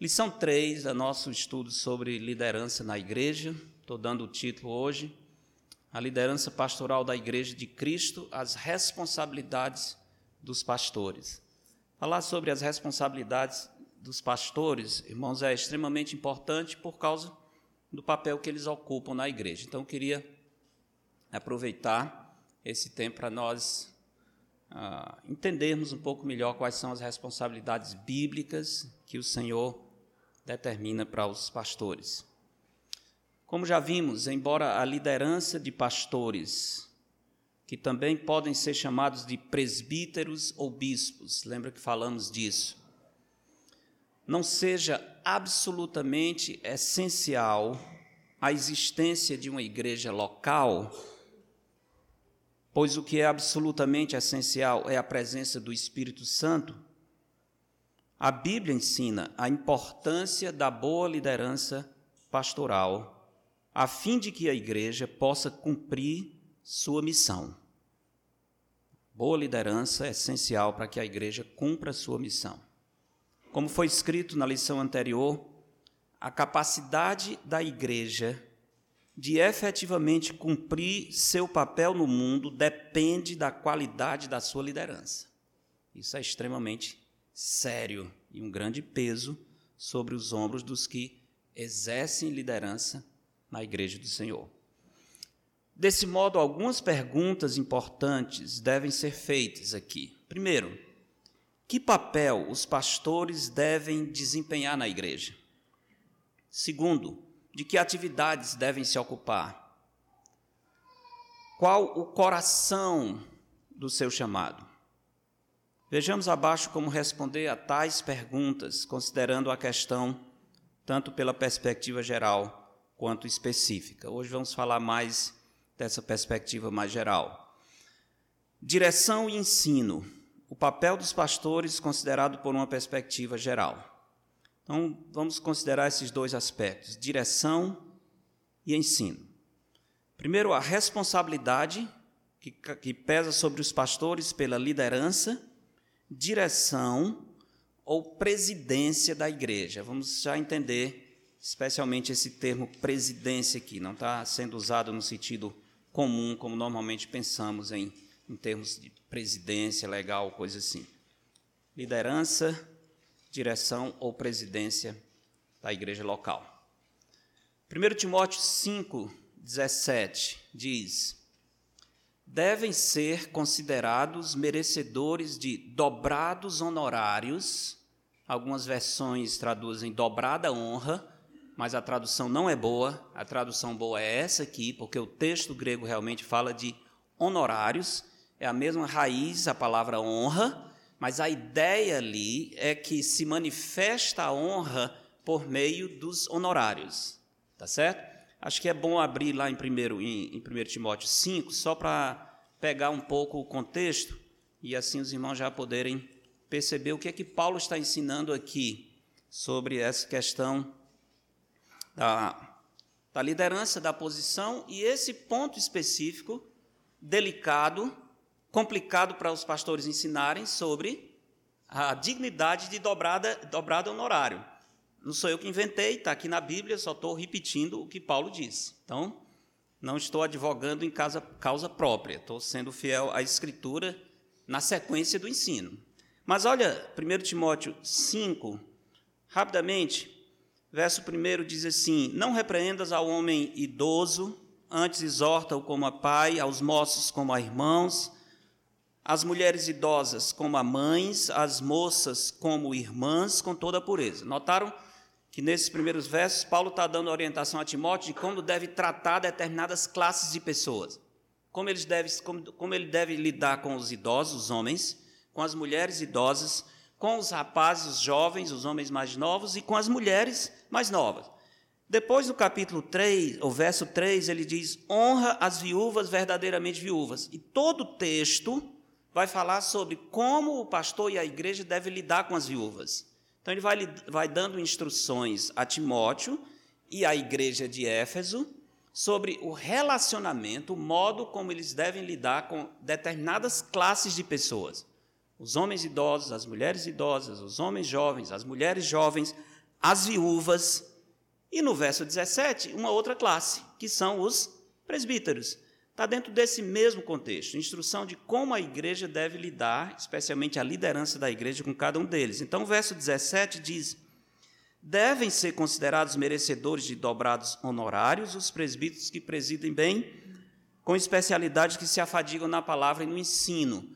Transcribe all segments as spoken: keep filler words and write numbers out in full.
Lição três do nosso estudo sobre liderança na igreja. Estou dando o título hoje, a liderança pastoral da Igreja de Cristo, as responsabilidades dos pastores. Falar sobre as responsabilidades dos pastores, irmãos, é extremamente importante por causa do papel que eles ocupam na igreja. Então, eu queria aproveitar esse tempo para nós ah, entendermos um pouco melhor quais são as responsabilidades bíblicas que o Senhor determina para os pastores. Como já vimos, embora a liderança de pastores, que também podem ser chamados de presbíteros ou bispos, lembra que falamos disso, não seja absolutamente essencial a existência de uma igreja local, pois o que é absolutamente essencial é a presença do Espírito Santo, a Bíblia ensina a importância da boa liderança pastoral, a fim de que a igreja possa cumprir sua missão. Boa liderança é essencial para que a igreja cumpra sua missão. Como foi escrito na lição anterior, a capacidade da igreja de efetivamente cumprir seu papel no mundo depende da qualidade da sua liderança. Isso é extremamente sério e um grande peso sobre os ombros dos que exercem liderança na igreja do Senhor. Desse modo, algumas perguntas importantes devem ser feitas aqui. Primeiro, que papel os pastores devem desempenhar na igreja? Segundo, de que atividades devem se ocupar? Qual o coração do seu chamado? Vejamos abaixo como responder a tais perguntas, considerando a questão tanto pela perspectiva geral quanto específica. Hoje vamos falar mais dessa perspectiva mais geral. Direção e ensino. O papel dos pastores considerado por uma perspectiva geral. Então, vamos considerar esses dois aspectos, direção e ensino. Primeiro, a responsabilidade que, que pesa sobre os pastores pela liderança, direção ou presidência da igreja. Vamos já entender especialmente esse termo presidência aqui, não está sendo usado no sentido comum, como normalmente pensamos em, em termos de presidência legal, coisa assim. Liderança, direção ou presidência da igreja local. primeiro Timóteo cinco, dezessete diz: devem ser considerados merecedores de dobrados honorários. Algumas versões traduzem dobrada honra, mas a tradução não é boa. A tradução boa é essa aqui, porque o texto grego realmente fala de honorários. É a mesma raiz, a palavra honra, mas a ideia ali é que se manifesta a honra por meio dos honorários. Tá certo? Acho que é bom abrir lá em primeiro, em, em primeiro Timóteo cinco, só para pegar um pouco o contexto e assim os irmãos já poderem perceber o que é que Paulo está ensinando aqui sobre essa questão da, da liderança, da posição e esse ponto específico, delicado, complicado para os pastores ensinarem sobre a dignidade de dobrada, dobrada honorário. Não sou eu que inventei, está aqui na Bíblia, só estou repetindo o que Paulo disse. Então, não estou advogando em causa, causa própria, estou sendo fiel à Escritura na sequência do ensino. Mas olha, primeiro Timóteo cinco, rapidamente, verso primeiro diz assim: não repreendas ao homem idoso, antes exorta-o como a pai, aos moços como a irmãos, as mulheres idosas como a mães, as moças como irmãs, com toda a pureza. Notaram que nesses primeiros versos, Paulo está dando orientação a Timóteo de como deve tratar determinadas classes de pessoas. Como, eles deve, como, como ele deve lidar com os idosos, os homens, com as mulheres idosas, com os rapazes, os jovens, os homens mais novos e com as mulheres mais novas. Depois, no capítulo três, o verso três, ele diz: honra as viúvas verdadeiramente viúvas. E todo o texto vai falar sobre como o pastor e a igreja devem lidar com as viúvas. Então, ele vai, vai dando instruções a Timóteo e à igreja de Éfeso sobre o relacionamento, o modo como eles devem lidar com determinadas classes de pessoas. Os homens idosos, as mulheres idosas, os homens jovens, as mulheres jovens, as viúvas e, no verso dezessete, uma outra classe, que são os presbíteros. Está dentro desse mesmo contexto, instrução de como a igreja deve lidar, especialmente a liderança da igreja, com cada um deles. Então, o verso dezessete diz: devem ser considerados merecedores de dobrados honorários os presbíteros que presidem bem, com especialidades que se afadigam na palavra e no ensino.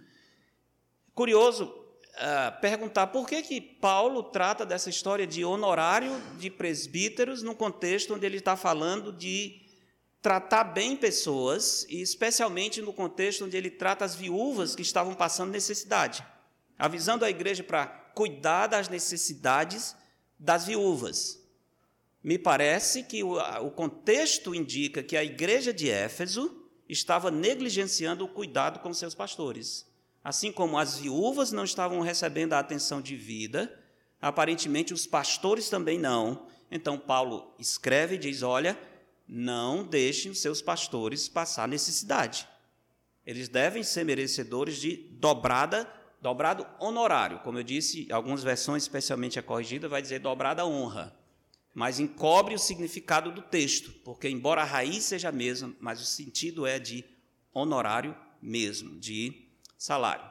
Curioso uh, perguntar por que, que Paulo trata dessa história de honorário de presbíteros num contexto onde ele está falando de tratar bem pessoas, e especialmente no contexto onde ele trata as viúvas que estavam passando necessidade, avisando a igreja para cuidar das necessidades das viúvas. Me parece que o, o contexto indica que a igreja de Éfeso estava negligenciando o cuidado com seus pastores. Assim como as viúvas não estavam recebendo a atenção devida, aparentemente os pastores também não. Então Paulo escreve e diz: olha, não deixem os seus pastores passar necessidade. Eles devem ser merecedores de dobrada, dobrado honorário. Como eu disse, algumas versões, especialmente a corrigida, vai dizer dobrada honra. Mas encobre o significado do texto, porque embora a raiz seja a mesma, mas o sentido é de honorário mesmo, de salário.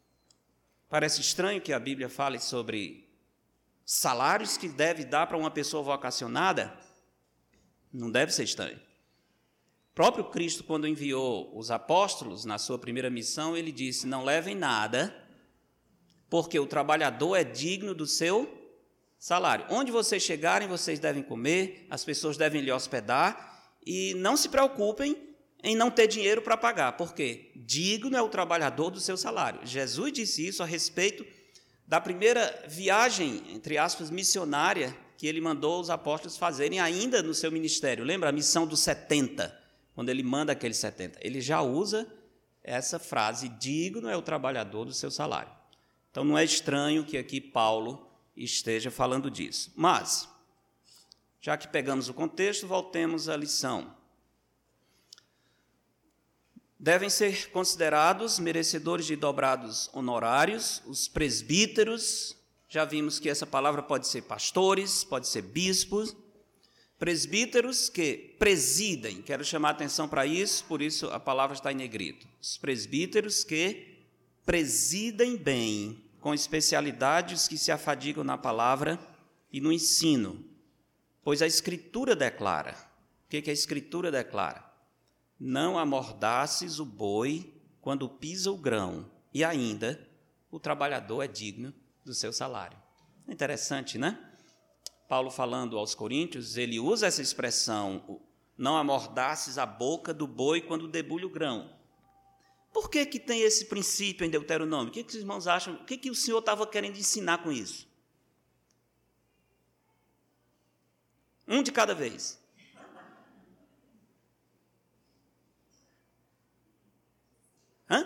Parece estranho que a Bíblia fale sobre salários que deve dar para uma pessoa vocacionada. Não deve ser estranho. O próprio Cristo, quando enviou os apóstolos na sua primeira missão, ele disse: não levem nada, porque o trabalhador é digno do seu salário. Onde vocês chegarem, vocês devem comer, as pessoas devem lhe hospedar, e não se preocupem em não ter dinheiro para pagar, porque digno é o trabalhador do seu salário. Jesus disse isso a respeito da primeira viagem, entre aspas, missionária, que ele mandou os apóstolos fazerem ainda no seu ministério. Lembra a missão dos setenta, quando ele manda aqueles setenta? Ele já usa essa frase: digno é o trabalhador do seu salário. Então não é estranho que aqui Paulo esteja falando disso. Mas, já que pegamos o contexto, voltemos à lição. Devem ser considerados merecedores de dobrados honorários os presbíteros. Já vimos que essa palavra pode ser pastores, pode ser bispos, presbíteros que presidem. Quero chamar a atenção para isso, por isso a palavra está em negrito. Os presbíteros que presidem bem, com especialidades que se afadigam na palavra e no ensino. Pois a Escritura declara. O que, que a Escritura declara? Não amordaces o boi quando pisa o grão, e ainda o trabalhador é digno do seu salário. Interessante, né? Paulo falando aos coríntios, ele usa essa expressão: não amordaces a boca do boi quando debulha o grão. Por que que tem esse princípio em Deuteronômio? O que que os irmãos acham? O que que o Senhor estava querendo ensinar com isso? Um de cada vez. Hã?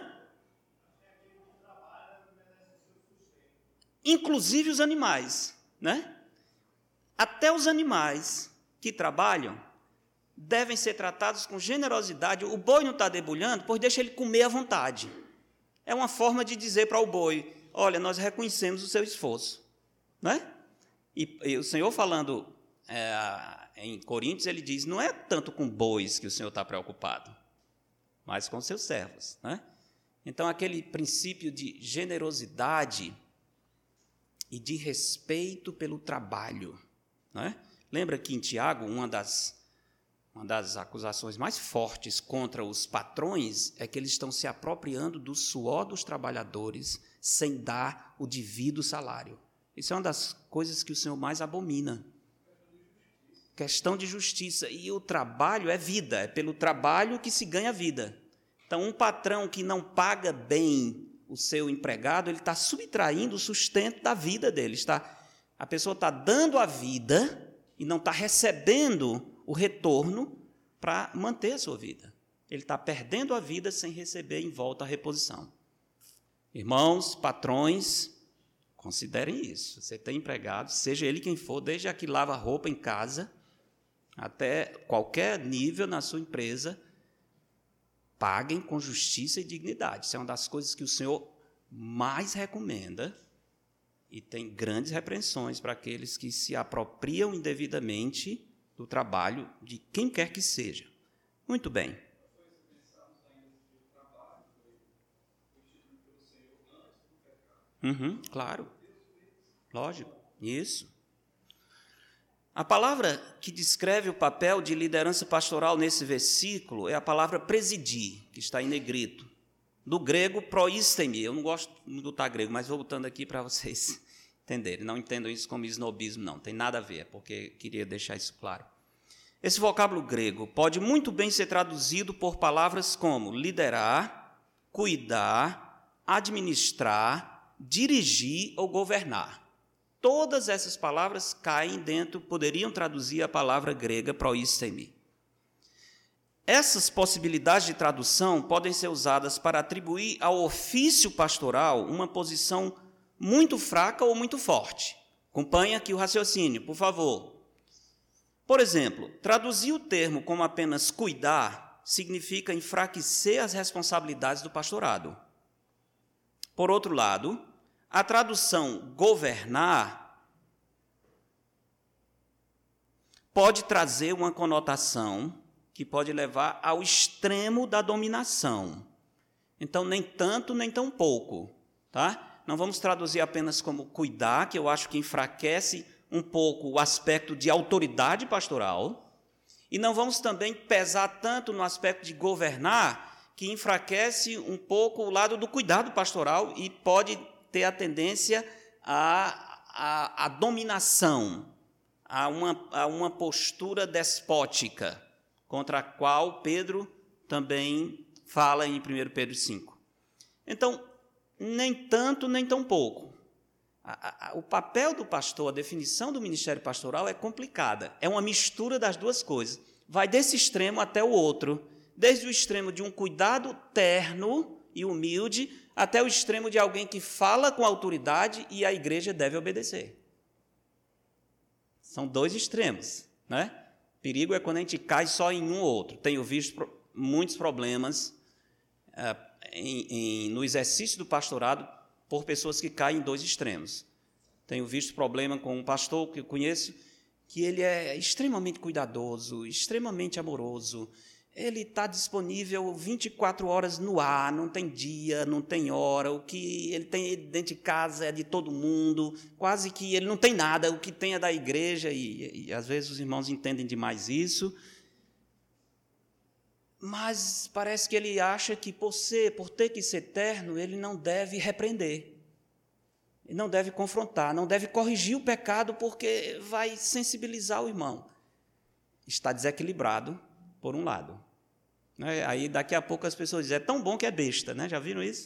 Inclusive os animais, né? Até os animais que trabalham devem ser tratados com generosidade. O boi não está debulhando, pois deixa ele comer à vontade. É uma forma de dizer para o boi: olha, nós reconhecemos o seu esforço, né? E, e o Senhor falando é, em Coríntios, ele diz: não é tanto com bois que o Senhor está preocupado, mas com seus servos, né? Então, aquele princípio de generosidade e de respeito pelo trabalho, né? Lembra que em Tiago, uma das, uma das acusações mais fortes contra os patrões é que eles estão se apropriando do suor dos trabalhadores sem dar o devido salário. Isso é uma das coisas que o Senhor mais abomina. Questão de justiça. E o trabalho é vida, é pelo trabalho que se ganha vida. Então, um patrão que não paga bem o seu empregado, ele está subtraindo o sustento da vida dele. Está, a pessoa está dando a vida e não está recebendo o retorno para manter a sua vida. Ele está perdendo a vida sem receber em volta a reposição. Irmãos, patrões, considerem isso. Você tem empregado, seja ele quem for, desde a que lava roupa em casa, até qualquer nível na sua empresa, paguem com justiça e dignidade. Isso é uma das coisas que o Senhor mais recomenda E tem grandes repreensões para aqueles que se apropriam indevidamente do trabalho de quem quer que seja. Muito bem. Uhum, claro. Lógico. Isso. A palavra que descreve o papel de liderança pastoral nesse versículo é a palavra presidir, que está em negrito. Do grego, proistemi. Eu não gosto de botar grego, mas vou botando aqui para vocês entenderem. Não entendam isso como esnobismo, não. Tem nada a ver, é porque queria deixar isso claro. Esse vocábulo grego pode muito bem ser traduzido por palavras como liderar, cuidar, administrar, dirigir ou governar. Todas essas palavras caem dentro, poderiam traduzir a palavra grega proistemi. Essas possibilidades de tradução podem ser usadas para atribuir ao ofício pastoral uma posição muito fraca ou muito forte. Acompanhe aqui o raciocínio, por favor. Por exemplo, traduzir o termo como apenas cuidar significa enfraquecer as responsabilidades do pastorado. Por outro lado, a tradução governar pode trazer uma conotação que pode levar ao extremo da dominação. Então, nem tanto, nem tão pouco. Tá? Não vamos traduzir apenas como cuidar, que eu acho que enfraquece um pouco o aspecto de autoridade pastoral, e não vamos também pesar tanto no aspecto de governar, que enfraquece um pouco o lado do cuidado pastoral e pode ter a tendência à, à, à dominação, a uma, a uma postura despótica, contra a qual Pedro também fala em primeiro Pedro cinco. Então, nem tanto, nem tão pouco. A, a, o papel do pastor, a definição do ministério pastoral é complicada. É uma mistura das duas coisas. Vai desse extremo até o outro, desde o extremo de um cuidado terno e humilde, até o extremo de alguém que fala com autoridade e a igreja deve obedecer. São dois extremos, né? Perigo é quando a gente cai só em um ou outro. Tenho visto muitos problemas uh, em, em, no exercício do pastorado por pessoas que caem em dois extremos. Tenho visto problema com um pastor que eu conheço, que ele é extremamente cuidadoso, extremamente amoroso. Ele está disponível vinte e quatro horas no ar, não tem dia, não tem hora. O que ele tem dentro de casa é de todo mundo, quase que ele não tem nada, o que tem é da igreja, e, e às vezes os irmãos entendem demais isso. Mas parece que ele acha que por ser, por ter que ser terno, ele não deve repreender, ele não deve confrontar, não deve corrigir o pecado, porque vai sensibilizar o irmão. Está desequilibrado, por um lado. Aí, daqui a pouco, as pessoas dizem, é tão bom que é besta, né? Já viram isso?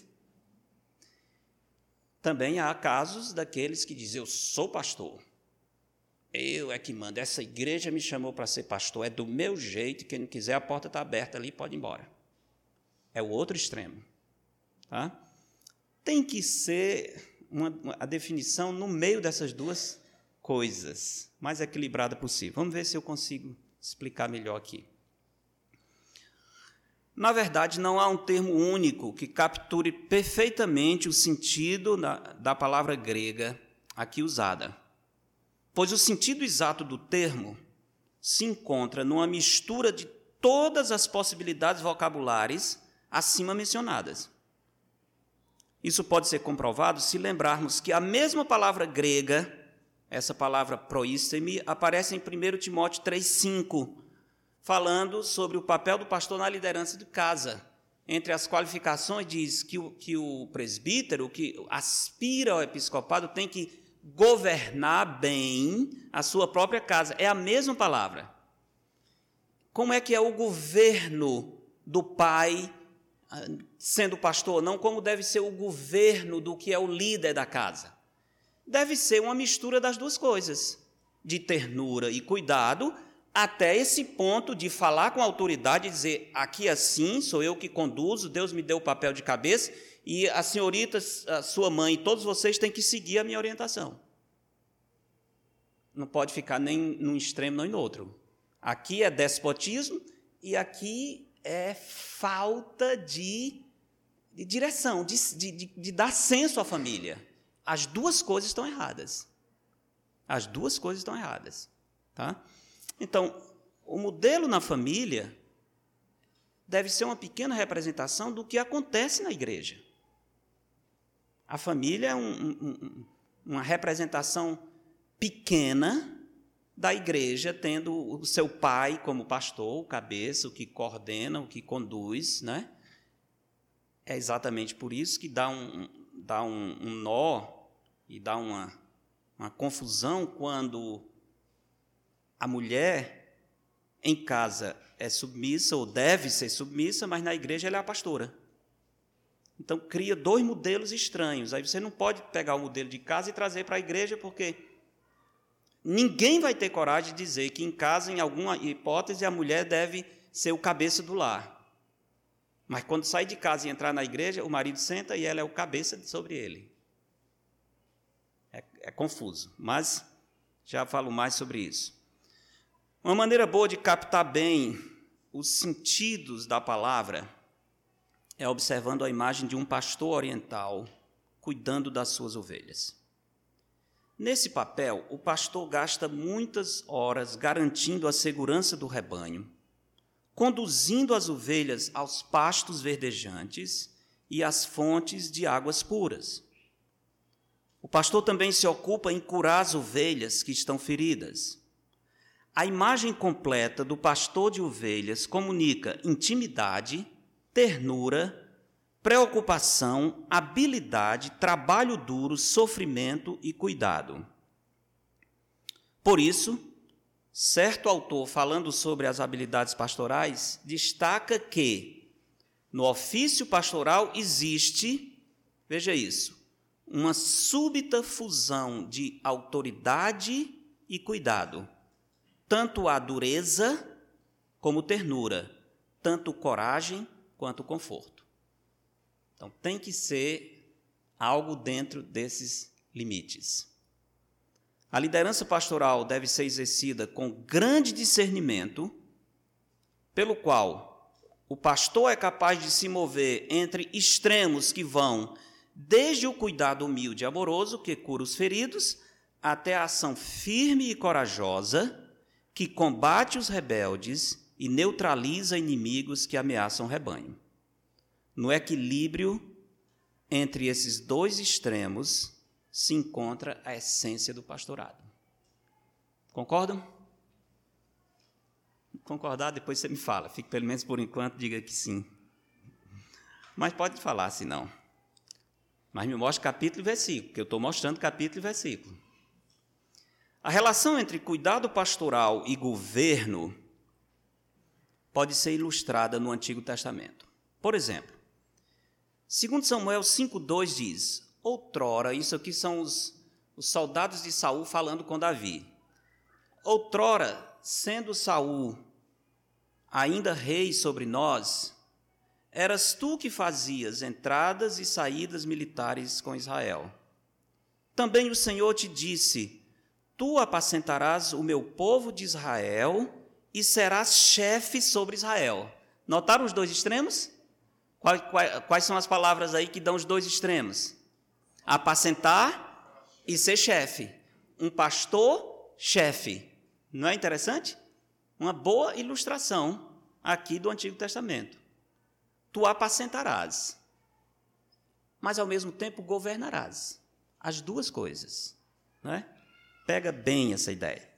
Também há casos daqueles que dizem, eu sou pastor, eu é que mando, essa igreja me chamou para ser pastor, é do meu jeito, quem não quiser, a porta está aberta ali, pode ir embora. É o outro extremo. Tá? Tem que ser uma, uma, a definição no meio dessas duas coisas, mais equilibrada possível. Vamos ver se eu consigo explicar melhor aqui. Na verdade, não há um termo único que capture perfeitamente o sentido da, da palavra grega aqui usada, pois o sentido exato do termo se encontra numa mistura de todas as possibilidades vocabulares acima mencionadas. Isso pode ser comprovado se lembrarmos que a mesma palavra grega, essa palavra proistemi, aparece em primeiro Timóteo três, cinco, falando sobre o papel do pastor na liderança de casa. Entre as qualificações, diz que o, que o presbítero, que aspira ao episcopado, tem que governar bem a sua própria casa. É a mesma palavra. Como é que é o governo do pai, sendo pastor? Não como deve ser o governo do que é o líder da casa. Deve ser uma mistura das duas coisas, de ternura e cuidado, até esse ponto de falar com autoridade e dizer, aqui assim, sou eu que conduzo, Deus me deu o papel de cabeça, e a senhorita, a sua mãe e todos vocês têm que seguir a minha orientação. Não pode ficar nem num extremo nem no outro. Aqui é despotismo e aqui é falta de, de direção, de, de, de dar senso à família. as duas coisas estão erradas. As duas coisas estão erradas. Tá? Então, o modelo na família deve ser uma pequena representação do que acontece na igreja. A família é um, um, uma representação pequena da igreja, tendo o seu pai como pastor, o cabeça, o que coordena, o que conduz, né? É exatamente por isso que dá um, dá um, um nó e dá uma, uma confusão quando a mulher em casa é submissa ou deve ser submissa, mas na igreja ela é a pastora. Então, cria dois modelos estranhos. Aí você não pode pegar o modelo de casa e trazer para a igreja, porque ninguém vai ter coragem de dizer que em casa, em alguma hipótese, a mulher deve ser o cabeça do lar. Mas quando sai de casa e entrar na igreja, o marido senta e ela é o cabeça sobre ele. É, é confuso, mas já falo mais sobre isso. Uma maneira boa de captar bem os sentidos da palavra é observando a imagem de um pastor oriental cuidando das suas ovelhas. Nesse papel, o pastor gasta muitas horas garantindo a segurança do rebanho, conduzindo as ovelhas aos pastos verdejantes e às fontes de águas puras. O pastor também se ocupa em curar as ovelhas que estão feridas. A imagem completa do pastor de ovelhas comunica intimidade, ternura, preocupação, habilidade, trabalho duro, sofrimento e cuidado. Por isso, certo autor, falando sobre as habilidades pastorais, destaca que no ofício pastoral existe, veja isso, uma súbita fusão de autoridade e cuidado, tanto a dureza como ternura, tanto coragem quanto conforto. Então, tem que ser algo dentro desses limites. A liderança pastoral deve ser exercida com grande discernimento, pelo qual o pastor é capaz de se mover entre extremos que vão desde o cuidado humilde e amoroso, que cura os feridos, até a ação firme e corajosa, que combate os rebeldes e neutraliza inimigos que ameaçam o rebanho. No equilíbrio entre esses dois extremos se encontra a essência do pastorado. Concordam? Concordar, depois você me fala. Fique, pelo menos por enquanto, diga que sim. Mas pode falar se não. Mas me mostre capítulo e versículo, porque eu estou mostrando capítulo e versículo. A relação entre cuidado pastoral e governo pode ser ilustrada no Antigo Testamento. Por exemplo, segundo Samuel cinco, dois diz, outrora, isso aqui são os, os soldados de Saul falando com Davi. Outrora, sendo Saul ainda rei sobre nós, eras tu que fazias entradas e saídas militares com Israel. Também o Senhor te disse, tu apacentarás o meu povo de Israel e serás chefe sobre Israel. Notaram os dois extremos? Quais, quais, quais são as palavras aí que dão os dois extremos? Apacentar e ser chefe. Um pastor, chefe. Não é interessante? Uma boa ilustração aqui do Antigo Testamento. Tu apacentarás, mas ao mesmo tempo governarás. As duas coisas. Não é? Pega bem essa ideia.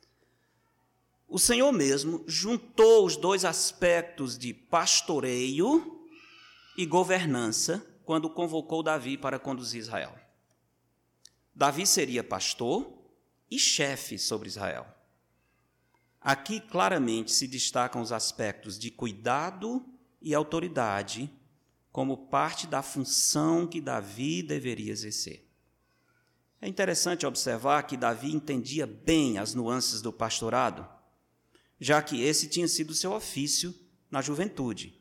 O Senhor mesmo juntou os dois aspectos de pastoreio e governança quando convocou Davi para conduzir Israel. Davi seria pastor e chefe sobre Israel. Aqui claramente se destacam os aspectos de cuidado e autoridade como parte da função que Davi deveria exercer. É interessante observar que Davi entendia bem as nuances do pastorado, já que esse tinha sido seu ofício na juventude.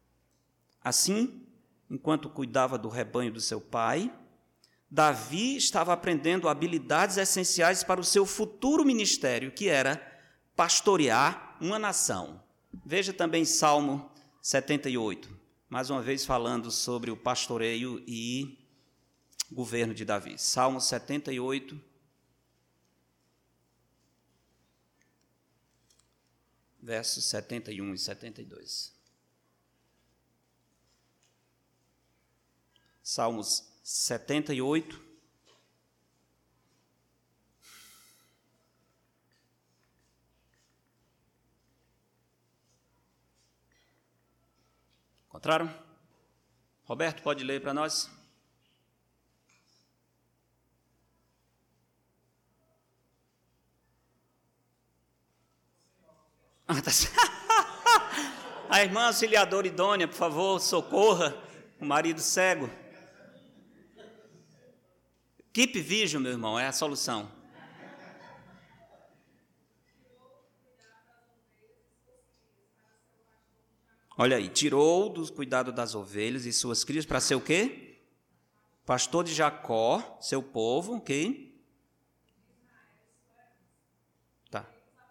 Assim, enquanto cuidava do rebanho do seu pai, Davi estava aprendendo habilidades essenciais para o seu futuro ministério, que era pastorear uma nação. Veja também Salmo setenta e oito, mais uma vez falando sobre o pastoreio e governo de Davi. Salmo setenta e oito, versos setenta e um e setenta e dois. Salmos setenta e oito, encontraram? Roberto, pode ler para nós? Ah, tá. A irmã auxiliadora idônea, por favor, socorra o marido cego. Keep vision, meu irmão, é a solução. Olha aí, tirou do cuidado das ovelhas e suas crias para ser o quê? Pastor de Jacó, seu povo, ok? Tá.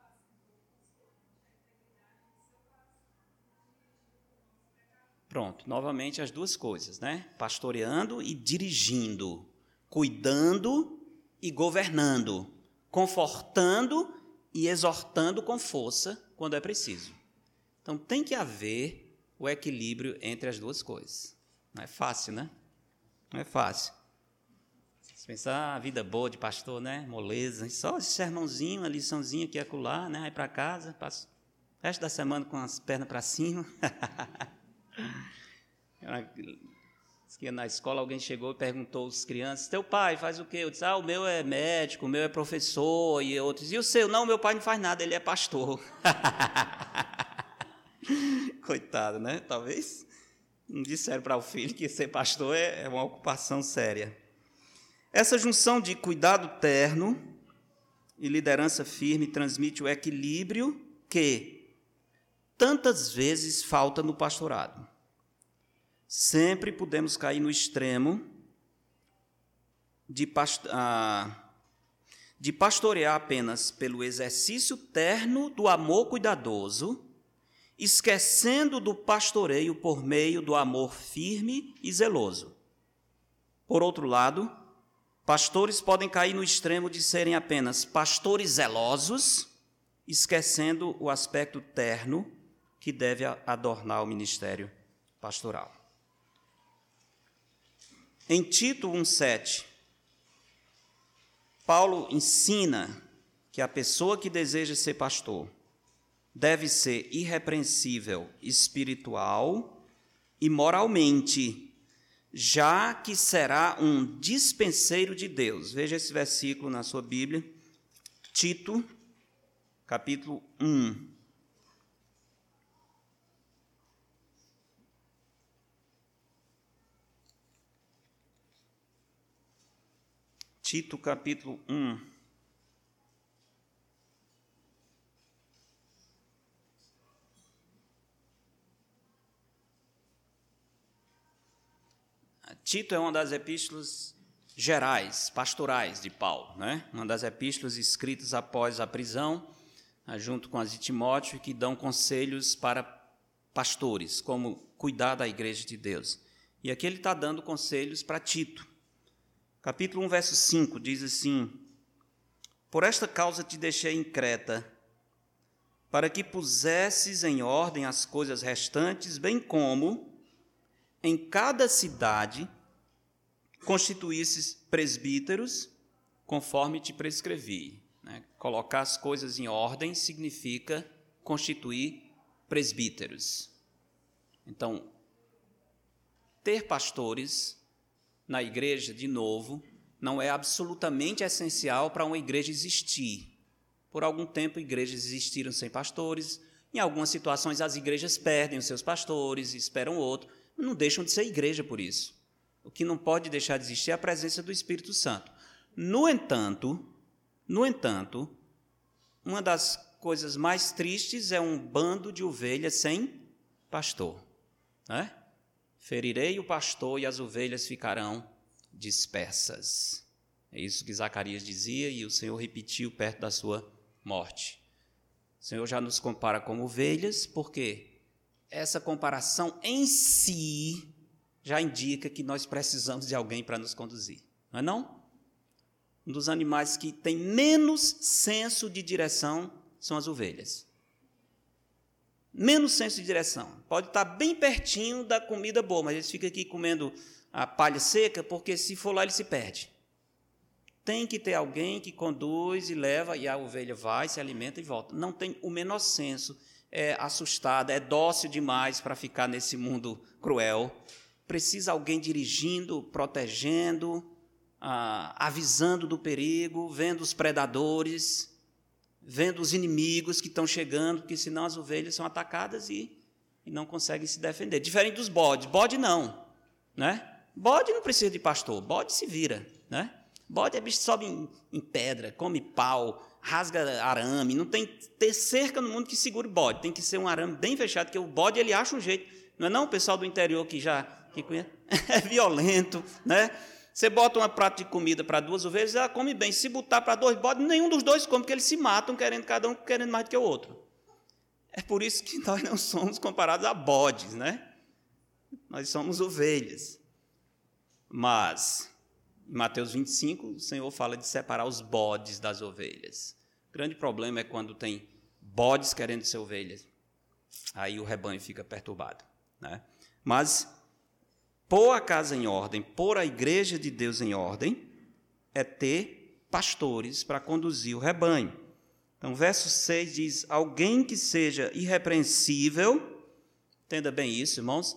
Pronto, novamente as duas coisas, né? Pastoreando e dirigindo, cuidando e governando, confortando e exortando com força quando é preciso. Então, tem que haver o equilíbrio entre as duas coisas. Não é fácil, né? Não é fácil. Você pensar, ah, a vida boa de pastor, né? Moleza, só esse sermãozinho, uma liçãozinha aqui e acolá, né? Aí para casa, passa o resto da semana com as pernas para cima. Que na escola alguém chegou e perguntou às crianças, teu pai faz o quê? Eu disse, ah, o meu é médico, o meu é professor, e outros, e o seu? Não, meu pai não faz nada, ele é pastor. Coitado, né? Talvez não disseram para o filho que ser pastor é uma ocupação séria. Essa junção de cuidado terno e liderança firme transmite o equilíbrio que tantas vezes falta no pastorado. Sempre podemos cair no extremo de, past- ah, de pastorear apenas pelo exercício terno do amor cuidadoso, esquecendo do pastoreio por meio do amor firme e zeloso. Por outro lado, pastores podem cair no extremo de serem apenas pastores zelosos, esquecendo o aspecto terno que deve adornar o ministério pastoral. Em Tito um, sete, Paulo ensina que a pessoa que deseja ser pastor deve ser irrepreensível espiritual e moralmente, já que será um dispenseiro de Deus. Veja esse versículo na sua Bíblia, Tito, capítulo um. Tito, capítulo um. Tito é uma das epístolas gerais, pastorais de Paulo, né? Uma das epístolas escritas após a prisão, junto com as de Timóteo, que dão conselhos para pastores, como cuidar da igreja de Deus. E aqui ele está dando conselhos para Tito. Capítulo um, verso cinco, diz assim, por esta causa te deixei em Creta, para que pusesses em ordem as coisas restantes, bem como em cada cidade constituísses presbíteros, conforme te prescrevi. Né? Colocar as coisas em ordem significa constituir presbíteros. Então, ter pastores na igreja, de novo, não é absolutamente essencial para uma igreja existir. Por algum tempo, igrejas existiram sem pastores. Em algumas situações, as igrejas perdem os seus pastores, esperam outro. Não deixam de ser igreja por isso. O que não pode deixar de existir é a presença do Espírito Santo. No entanto, no entanto, uma das coisas mais tristes é um bando de ovelhas sem pastor. Né? Ferirei o pastor e as ovelhas ficarão dispersas. É isso que Zacarias dizia e o Senhor repetiu perto da sua morte. O Senhor já nos compara como ovelhas, porque essa comparação em si já indica que nós precisamos de alguém para nos conduzir, não é não? Um dos animais que tem menos senso de direção são as ovelhas. Menos senso de direção. Pode estar bem pertinho da comida boa, mas eles ficam aqui comendo a palha seca, porque se for lá ele se perde. Tem que ter alguém que conduz e leva, e a ovelha vai, se alimenta e volta. Não tem o menor senso, é assustada, é dócil demais para ficar nesse mundo cruel. Precisa alguém dirigindo, protegendo, ah, avisando do perigo, vendo os predadores, vendo os inimigos que estão chegando, porque senão as ovelhas são atacadas e, e não conseguem se defender. Diferente dos bodes. Bode não, né? Bode não precisa de pastor, bode se vira, né? Bode é bicho que sobe em, em pedra, come pau, rasga arame, não tem ter cerca no mundo que segure bode, tem que ser um arame bem fechado, porque o bode ele acha um jeito, não é não o pessoal do interior que já que conhece? É violento, né? Você bota um prato de comida para duas ovelhas, ela come bem, se botar para dois bodes, nenhum dos dois come, porque eles se matam, querendo cada um querendo mais do que o outro. É por isso que nós não somos comparados a bodes, né? Nós somos ovelhas. Mas em Mateus vinte e cinco, o Senhor fala de separar os bodes das ovelhas. O grande problema é quando tem bodes querendo ser ovelhas. Aí o rebanho fica perturbado, né? Mas pôr a casa em ordem, pôr a igreja de Deus em ordem, é ter pastores para conduzir o rebanho. Então, verso seis diz, alguém que seja irrepreensível, entenda bem isso, irmãos.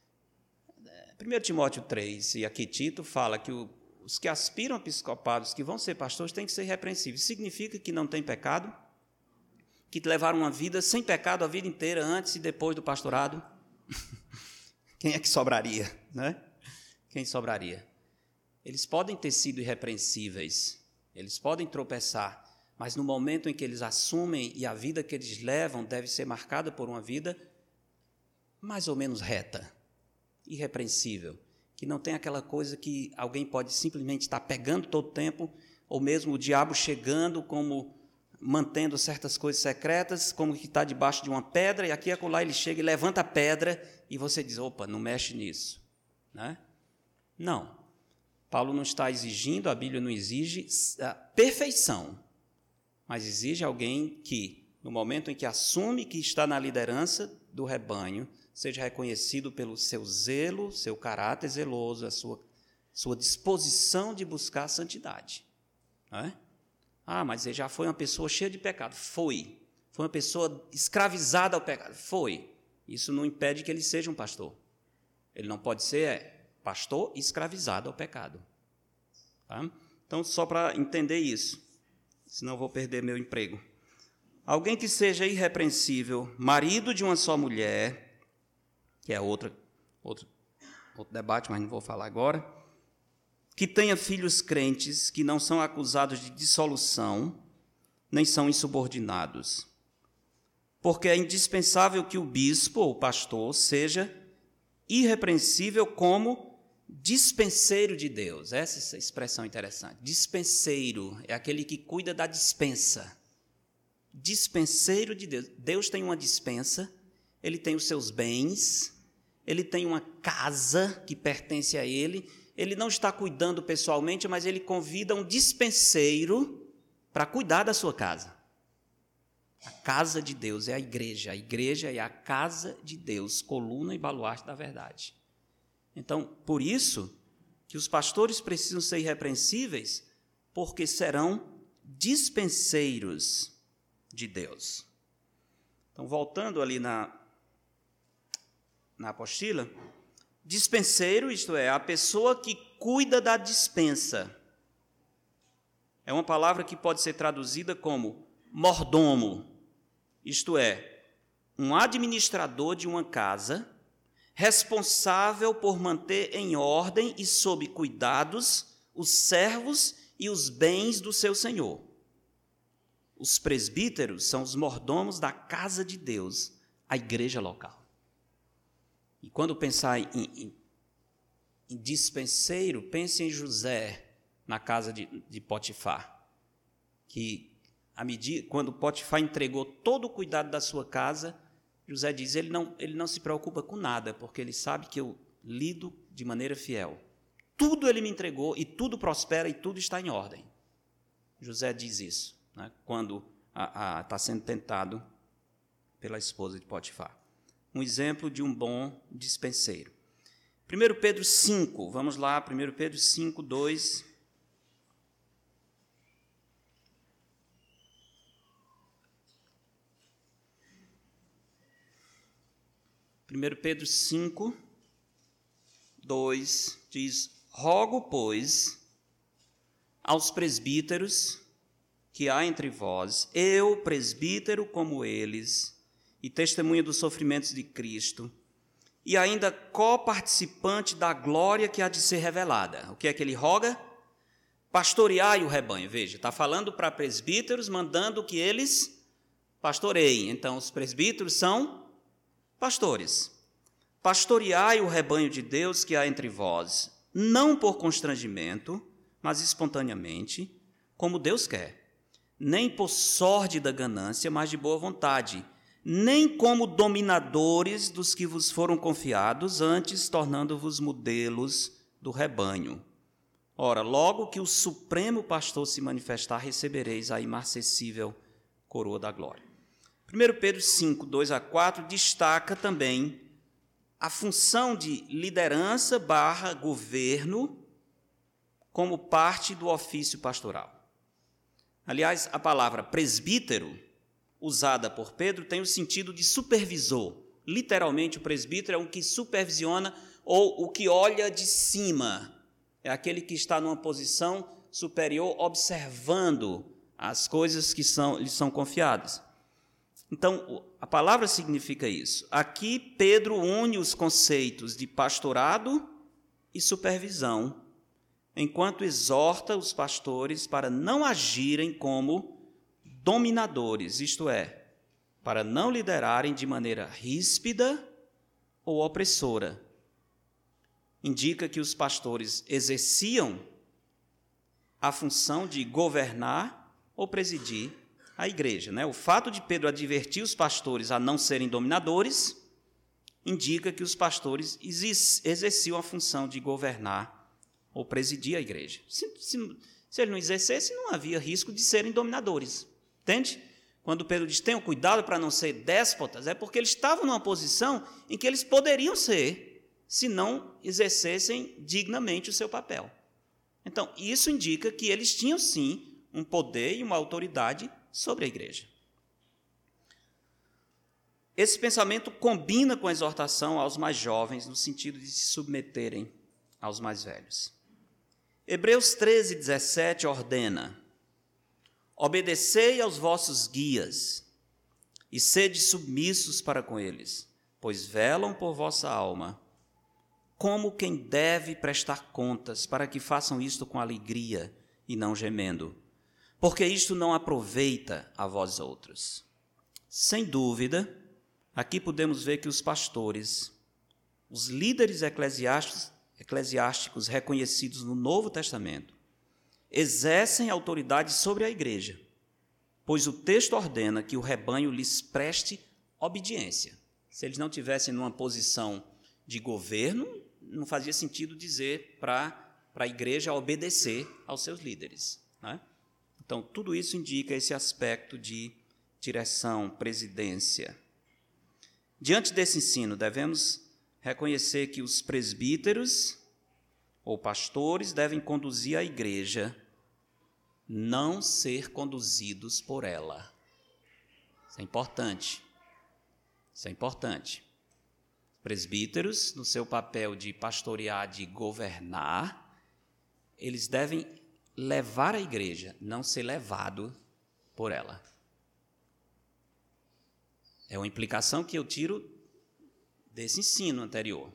primeiro Timóteo três, e aqui Tito fala que o, os que aspiram a episcopados, que vão ser pastores, têm que ser irrepreensíveis. Significa que não tem pecado? Que levaram uma vida sem pecado a vida inteira, antes e depois do pastorado? Quem é que sobraria, né? Quem sobraria? Eles podem ter sido irrepreensíveis, eles podem tropeçar, mas no momento em que eles assumem e a vida que eles levam deve ser marcada por uma vida mais ou menos reta, irrepreensível, que não tem aquela coisa que alguém pode simplesmente estar pegando todo o tempo, ou mesmo o diabo chegando como mantendo certas coisas secretas, como que está debaixo de uma pedra, e aqui e acolá ele chega e levanta a pedra, e você diz, opa, não mexe nisso, né? Não. Paulo não está exigindo, a Bíblia não exige a perfeição, mas exige alguém que, no momento em que assume que está na liderança do rebanho, seja reconhecido pelo seu zelo, seu caráter zeloso, a sua, sua disposição de buscar a santidade, não é? Ah, mas ele já foi uma pessoa cheia de pecado. Foi. Foi uma pessoa escravizada ao pecado. Foi. Isso não impede que ele seja um pastor. Ele não pode ser pastor escravizado ao pecado. Tá? Então, só para entender isso, senão eu vou perder meu emprego. Alguém que seja irrepreensível, marido de uma só mulher, que é outra, outro, outro debate, mas não vou falar agora, que tenha filhos crentes, que não são acusados de dissolução, nem são insubordinados. Porque é indispensável que o bispo ou pastor seja irrepreensível como dispenseiro de Deus. Essa é a expressão interessante. Dispenseiro é aquele que cuida da dispensa. Dispenseiro de Deus. Deus tem uma dispensa, ele tem os seus bens, ele tem uma casa que pertence a ele. Ele não está cuidando pessoalmente, mas ele convida um dispenseiro para cuidar da sua casa. A casa de Deus é a igreja. A igreja é a casa de Deus, coluna e baluarte da verdade. Então, por isso que os pastores precisam ser irrepreensíveis, porque serão dispenseiros de Deus. Então, voltando ali na, na apostila, dispenseiro, isto é, a pessoa que cuida da dispensa. É uma palavra que pode ser traduzida como mordomo, isto é, um administrador de uma casa, responsável por manter em ordem e sob cuidados os servos e os bens do seu senhor. Os presbíteros são os mordomos da casa de Deus, a igreja local. E quando pensar em, em, em dispenseiro, pense em José na casa de, de Potifar, que à medida, quando Potifar entregou todo o cuidado da sua casa, José diz, ele não, ele não se preocupa com nada, porque ele sabe que eu, lido de maneira fiel. Tudo ele me entregou e tudo prospera e tudo está em ordem. José diz isso, né, quando está sendo tentado pela esposa de Potifar. Um exemplo de um bom dispenseiro. primeiro Pedro cinco, vamos lá, primeiro Pedro cinco, dois. primeiro Pedro cinco, dois diz: rogo, pois, aos presbíteros que há entre vós, eu, presbítero como eles, e testemunha dos sofrimentos de Cristo, e ainda coparticipante da glória que há de ser revelada. O que é que ele roga? Pastoreai o rebanho. Veja, está falando para presbíteros, mandando que eles pastoreiem. Então, os presbíteros são pastores. Pastoreai o rebanho de Deus que há entre vós, não por constrangimento, mas espontaneamente, como Deus quer, nem por sórdida ganância, mas de boa vontade, nem como dominadores dos que vos foram confiados, antes tornando-vos modelos do rebanho. Ora, logo que o supremo pastor se manifestar, recebereis a imarcessível coroa da glória. primeiro Pedro cinco, dois a quatro, destaca também a função de liderança barra governo como parte do ofício pastoral. Aliás, a palavra presbítero, usada por Pedro, tem o sentido de supervisor. Literalmente, o presbítero é um que supervisiona ou o que olha de cima. É aquele que está numa posição superior, observando as coisas que são, lhe são confiadas. Então, a palavra significa isso. Aqui, Pedro une os conceitos de pastorado e supervisão, enquanto exorta os pastores para não agirem como dominadores, isto é, para não liderarem de maneira ríspida ou opressora. Indica que os pastores exerciam a função de governar ou presidir a igreja, né? O fato de Pedro advertir os pastores a não serem dominadores indica que os pastores exerciam a função de governar ou presidir a igreja. Se, se, se ele não exercesse, não havia risco de serem dominadores. Entende? Quando Pedro diz, tenham cuidado para não ser déspotas, é porque eles estavam numa posição em que eles poderiam ser, se não exercessem dignamente o seu papel. Então, isso indica que eles tinham, sim, um poder e uma autoridade sobre a igreja. Esse pensamento combina com a exortação aos mais jovens, no sentido de se submeterem aos mais velhos. Hebreus treze, dezessete ordena: obedecei aos vossos guias e sede submissos para com eles, pois velam por vossa alma, como quem deve prestar contas, para que façam isto com alegria e não gemendo, porque isto não aproveita a vós outros. Sem dúvida, aqui podemos ver que os pastores, os líderes eclesiásticos, eclesiásticos reconhecidos no Novo Testamento, exercem autoridade sobre a igreja, pois o texto ordena que o rebanho lhes preste obediência. Se eles não tivessem numa posição de governo, não fazia sentido dizer para a igreja obedecer aos seus líderes, né? Então, tudo isso indica esse aspecto de direção, presidência. Diante desse ensino, devemos reconhecer que os presbíteros ou pastores devem conduzir a igreja, não ser conduzidos por ela. Isso é importante. Isso é importante. Presbíteros, no seu papel de pastorear, de governar, eles devem levar a igreja, não ser levado por ela. É uma implicação que eu tiro desse ensino anterior.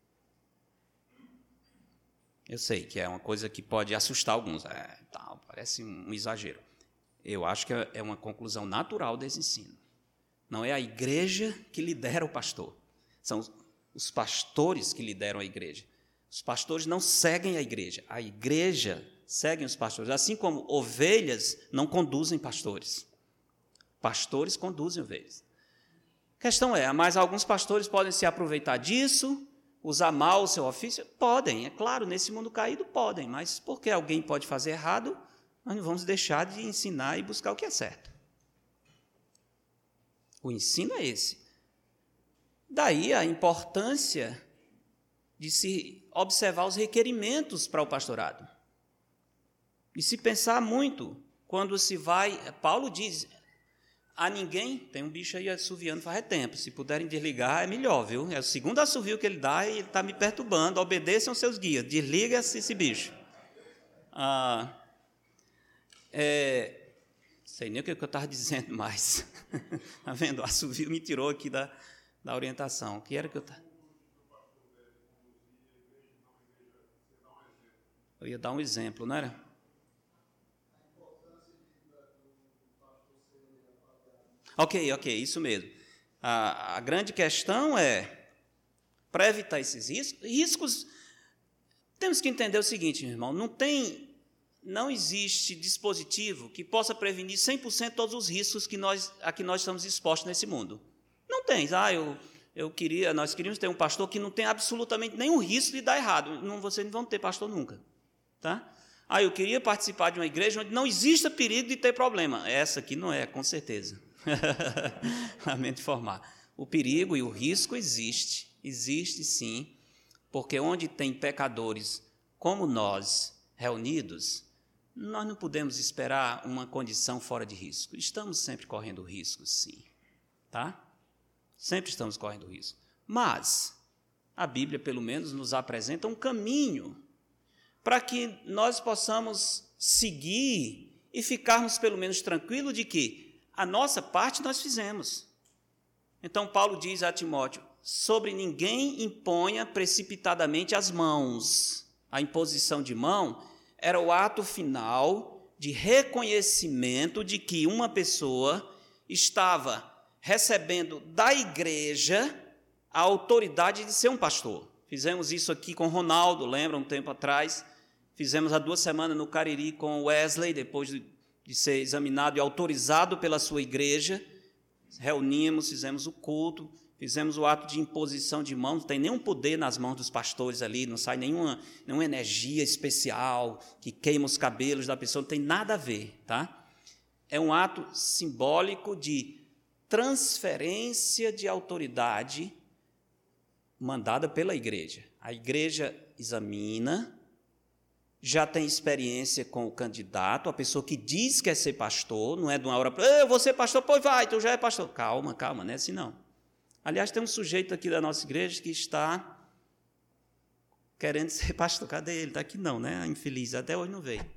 Eu sei que é uma coisa que pode assustar alguns. É, tá, parece um exagero. Eu acho que é uma conclusão natural desse ensino. Não é a igreja que lidera o pastor. São os pastores que lideram a igreja. Os pastores não seguem a igreja. A igreja segue os pastores. Assim como ovelhas não conduzem pastores. Pastores conduzem ovelhas. A questão é, mas alguns pastores podem se aproveitar disso, usar mal o seu ofício? Podem, é claro, nesse mundo caído podem, mas porque alguém pode fazer errado, nós não vamos deixar de ensinar e buscar o que é certo. O ensino é esse. Daí a importância de se observar os requerimentos para o pastorado. E se pensar muito quando se vai... Paulo diz, a ninguém... Tem um bicho aí assoviando faz tempo, se puderem desligar é melhor, viu? É o segundo assovio que ele dá e ele está me perturbando. Obedeçam seus guias, desliga esse, esse bicho. Ah, é, sei nem o que eu estava dizendo mais. Está vendo? O assovio me tirou aqui da, da orientação. O que era que eu estava... Eu ia dar um exemplo, não era? Ok, ok, isso mesmo. A, a grande questão é, para evitar esses riscos, riscos, temos que entender o seguinte, meu irmão, não tem, não existe dispositivo que possa prevenir cem por cento todos os riscos que nós, a que nós estamos expostos nesse mundo. Não tem. Ah, eu, eu queria, nós queríamos ter um pastor que não tem absolutamente nenhum risco de dar errado. Não, vocês não vão ter pastor nunca. Tá? Ah, eu queria participar de uma igreja onde não exista perigo de ter problema. Essa aqui não é, com certeza. Lamento informar. O perigo e o risco existe, existe sim, porque onde tem pecadores como nós reunidos, nós não podemos esperar uma condição fora de risco. Estamos sempre correndo risco, sim, tá? Sempre estamos correndo risco. Mas a Bíblia, pelo menos, nos apresenta um caminho para que nós possamos seguir e ficarmos, pelo menos, tranquilos de que a nossa parte nós fizemos. Então, Paulo diz a Timóteo, sobre ninguém imponha precipitadamente as mãos. A imposição de mão era o ato final de reconhecimento de que uma pessoa estava recebendo da igreja a autoridade de ser um pastor. Fizemos isso aqui com Ronaldo, lembra, um tempo atrás. Fizemos há duas semanas no Cariri com Wesley, depois de de ser examinado e autorizado pela sua igreja, reunimos, fizemos o culto, fizemos o ato de imposição de mãos, não tem nenhum poder nas mãos dos pastores ali, não sai nenhuma, nenhuma energia especial que queima os cabelos da pessoa, não tem nada a ver, tá? É um ato simbólico de transferência de autoridade mandada pela igreja. A igreja examina, já tem experiência com o candidato, a pessoa que diz que quer ser pastor, não é de uma hora para eu vou ser pastor, pois vai, tu já é pastor. Calma, calma, não é assim não. Aliás, tem um sujeito aqui da nossa igreja que está querendo ser pastor. Cadê ele? Está aqui não, né? Infeliz, até hoje não veio.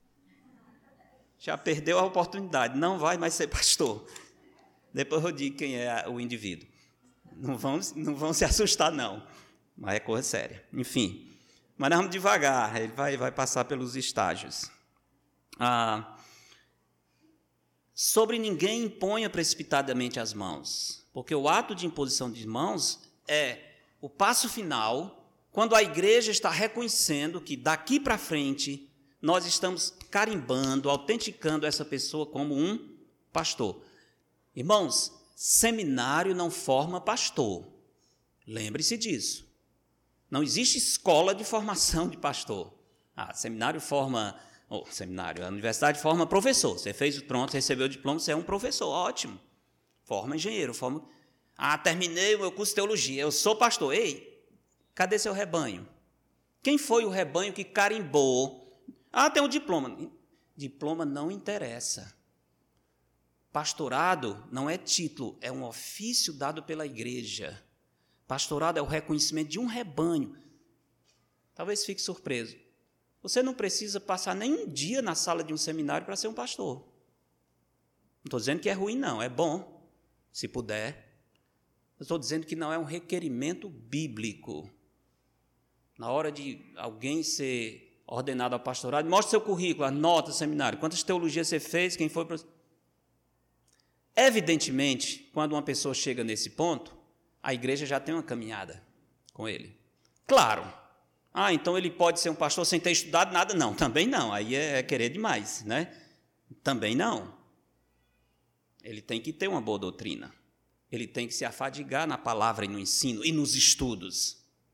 Já perdeu a oportunidade, não vai mais ser pastor. Depois eu digo quem é o indivíduo. Não vão, não vão se assustar, não. Mas é coisa séria. Enfim. Mas nós vamos devagar, ele vai, vai passar pelos estágios. Ah, sobre ninguém imponha precipitadamente as mãos, porque o ato de imposição de mãos é o passo final, quando a igreja está reconhecendo que daqui para frente nós estamos carimbando, autenticando essa pessoa como um pastor. Irmãos, seminário não forma pastor, lembre-se disso. Não existe escola de formação de pastor. Ah, seminário forma... Oh, seminário, a universidade forma professor. Você fez o pronto, recebeu o diploma, você é um professor, ótimo. Forma engenheiro, forma... Ah, terminei o meu curso de teologia, eu sou pastor. Ei, cadê seu rebanho? Quem foi o rebanho que carimbou? Ah, tem um diploma. Diploma não interessa. Pastorado não é título, é um ofício dado pela igreja. Pastorado é o reconhecimento de um rebanho. Talvez fique surpreso. Você não precisa passar nem um dia na sala de um seminário para ser um pastor. Não estou dizendo que é ruim, não. É bom, se puder. Eu estou dizendo que não é um requerimento bíblico. Na hora de alguém ser ordenado ao pastorado, mostre seu currículo, anota o seminário. Quantas teologias você fez, quem foi... Evidentemente, quando uma pessoa chega nesse ponto, a igreja já tem uma caminhada com ele. Claro. Ah, então ele pode ser um pastor sem ter estudado nada? Não, também não. Aí é querer demais, né? Também não. Ele tem que ter uma boa doutrina. Ele tem que se afadigar na palavra e no ensino e nos estudos.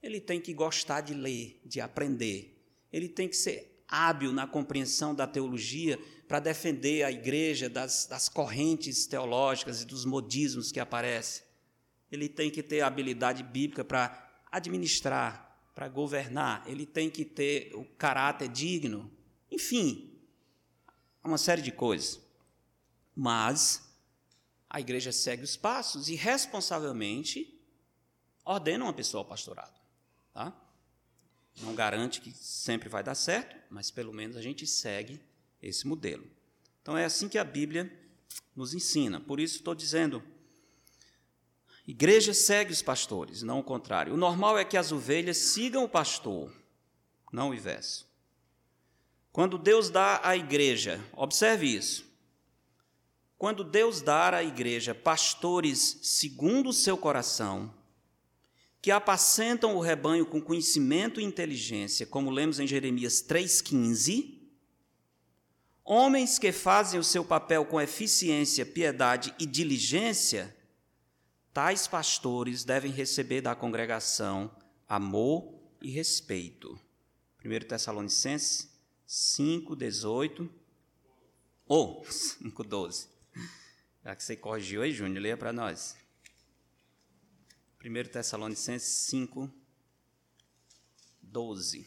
ele tem que gostar de ler, de aprender. Ele tem que ser hábil na compreensão da teologia para defender a igreja das, das correntes teológicas e dos modismos que aparecem. Ele tem que ter habilidade bíblica para administrar, para governar. Ele tem que ter o caráter digno. Enfim, uma série de coisas. Mas a igreja segue os passos e responsavelmente ordena uma pessoa ao pastorado. Tá? Não garante que sempre vai dar certo, mas pelo menos a gente segue esse modelo. Então é assim que a Bíblia nos ensina. Por isso estou dizendo, igreja segue os pastores, não o contrário. O normal é que as ovelhas sigam o pastor, não o inverso. Quando Deus dá à igreja, observe isso, quando Deus dá à igreja pastores segundo o seu coração, que apacentam o rebanho com conhecimento e inteligência, como lemos em Jeremias três, quinze, homens que fazem o seu papel com eficiência, piedade e diligência, tais pastores devem receber da congregação amor e respeito. primeiro Tessalonicenses cinco, dezoito, ou oh, cinco, doze. Já que você corrigiu aí, Júnior, leia para nós. primeiro Tessalonicenses cinco, doze.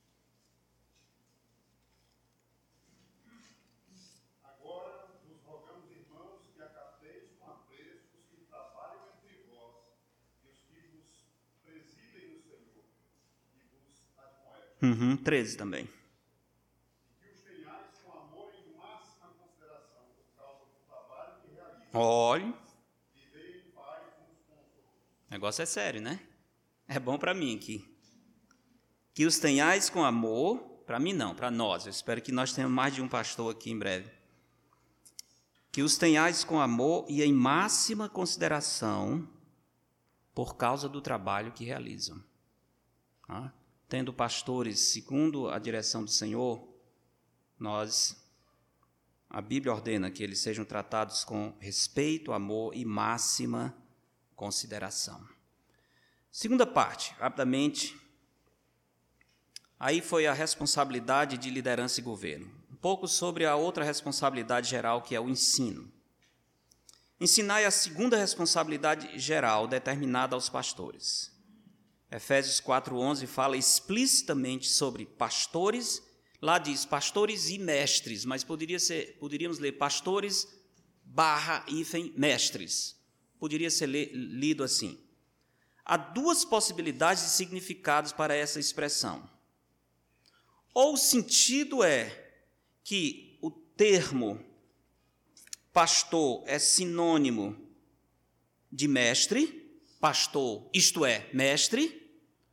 Agora vos rogamos, irmãos, que acateis com apreço os que trabalham entre vós e os que vos presidem no Senhor e vos admoestem. Uhum, treze também. E que os tenhais com amor em máxima consideração por causa do trabalho que realizam. Olhe. Vivei em paz uns com os outros. O negócio é sério, né? É bom para mim aqui. Que os tenhais com amor, para mim não, para nós. Eu espero que nós tenhamos mais de um pastor aqui em breve. Que os tenhais com amor e em máxima consideração por causa do trabalho que realizam. Ah, tendo pastores segundo a direção do Senhor, nós, a Bíblia ordena que eles sejam tratados com respeito, amor e máxima consideração. Segunda parte, rapidamente. Aí foi a responsabilidade de liderança e governo. Um pouco sobre a outra responsabilidade geral, que é o ensino. Ensinar é a segunda responsabilidade geral determinada aos pastores. Efésios quatro, onze fala explicitamente sobre pastores. Lá diz pastores e mestres, mas poderia ser, poderíamos ler pastores barra hífen mestres. Poderia ser lido assim. Há duas possibilidades de significados para essa expressão. Ou o sentido é que o termo pastor é sinônimo de mestre, pastor, isto é, mestre,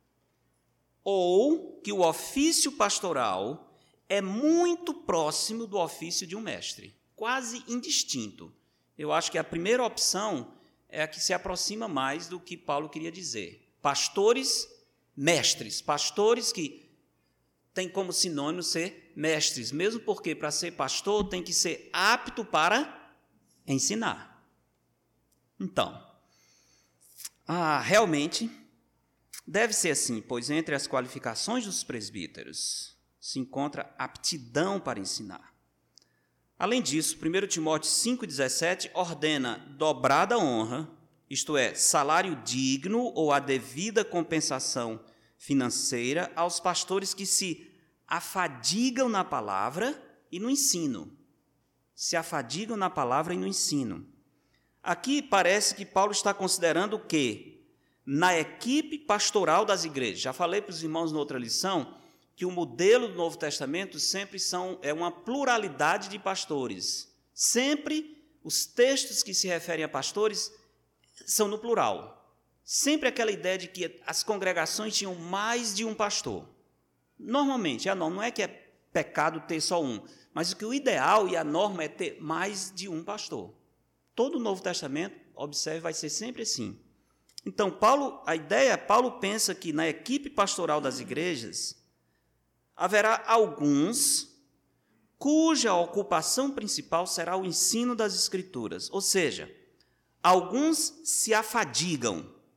ou que o ofício pastoral é muito próximo do ofício de um mestre, quase indistinto. Eu acho que a primeira opção é a que se aproxima mais do que Paulo queria dizer. Pastores, mestres, pastores que têm como sinônimo ser mestres, mesmo porque para ser pastor tem que ser apto para ensinar. Então, ah, realmente deve ser assim, pois entre as qualificações dos presbíteros se encontra aptidão para ensinar. Além disso, primeiro Timóteo cinco, dezessete ordena dobrada honra, isto é, salário digno ou a devida compensação financeira aos pastores que se afadigam na palavra e no ensino. Se afadigam na palavra e no ensino. Aqui parece que Paulo está considerando o quê? Na equipe pastoral das igrejas. Já falei para os irmãos na outra lição que o modelo do Novo Testamento sempre são, é uma pluralidade de pastores. Sempre os textos que se referem a pastores são no plural. Sempre aquela ideia de que as congregações tinham mais de um pastor. Normalmente, a norma não é que é pecado ter só um, mas o que o ideal e a norma é ter mais de um pastor. Todo o Novo Testamento, observe, vai ser sempre assim. Então, Paulo, a ideia, Paulo pensa que na equipe pastoral das igrejas haverá alguns cuja ocupação principal será o ensino das Escrituras, ou seja, alguns se afadigam,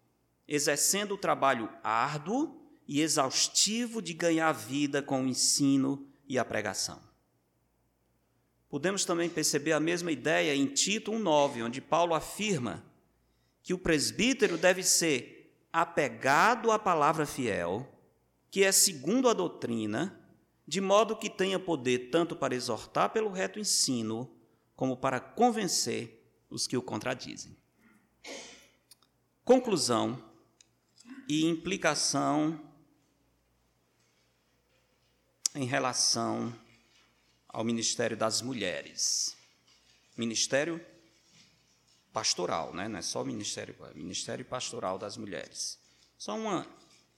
exercendo o trabalho árduo e exaustivo de ganhar vida com o ensino e a pregação. Podemos também perceber a mesma ideia em Tito um nove, onde Paulo afirma que o presbítero deve ser apegado à palavra fiel, que é segundo a doutrina, de modo que tenha poder tanto para exortar pelo reto ensino, como para convencer os que o contradizem. Conclusão e implicação em relação ao ministério das mulheres. Ministério pastoral, né? Não é só o ministério, é ministério pastoral das mulheres. Só uma,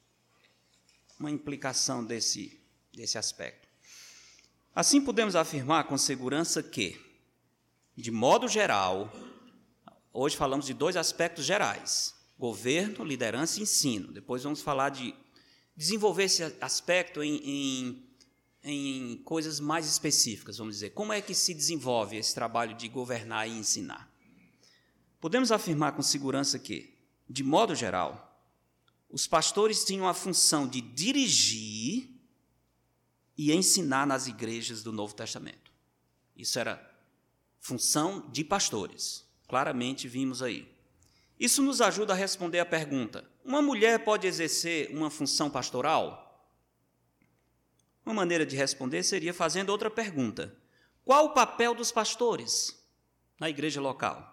uma implicação desse, desse aspecto. Assim, podemos afirmar com segurança que, de modo geral, hoje falamos de dois aspectos gerais: governo, liderança e ensino. Depois vamos falar de desenvolver esse aspecto em, em, em coisas mais específicas, vamos dizer. Como é que se desenvolve esse trabalho de governar e ensinar? Podemos afirmar com segurança que, de modo geral, os pastores tinham a função de dirigir e ensinar nas igrejas do Novo Testamento. Isso era função de pastores. Claramente vimos aí. Isso nos ajuda a responder a pergunta: uma mulher pode exercer uma função pastoral? Uma maneira de responder seria fazendo outra pergunta: qual o papel dos pastores na igreja local?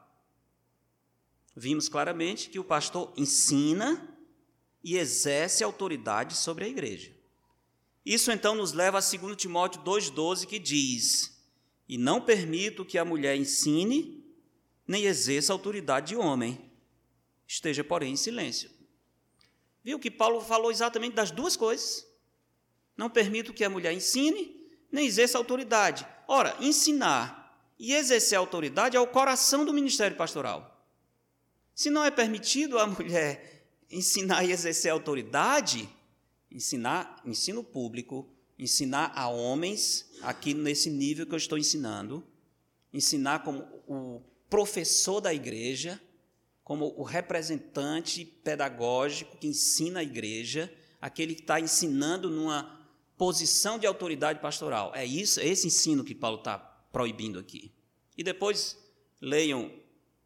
Vimos claramente que o pastor ensina e exerce autoridade sobre a igreja. Isso então nos leva a dois Timóteo dois, doze, que diz: e não permito que a mulher ensine nem exerça autoridade de homem. Esteja, porém, em silêncio. Viu que Paulo falou exatamente das duas coisas. Não permito que a mulher ensine nem exerça autoridade. Ora, ensinar e exercer autoridade é o coração do ministério pastoral. Se não é permitido a mulher ensinar e exercer autoridade, ensinar, ensino público, ensinar a homens, aqui nesse nível que eu estou ensinando, ensinar como o professor da igreja, como o representante pedagógico que ensina a igreja, aquele que está ensinando numa posição de autoridade pastoral. É isso, é esse ensino que Paulo está proibindo aqui. E depois leiam.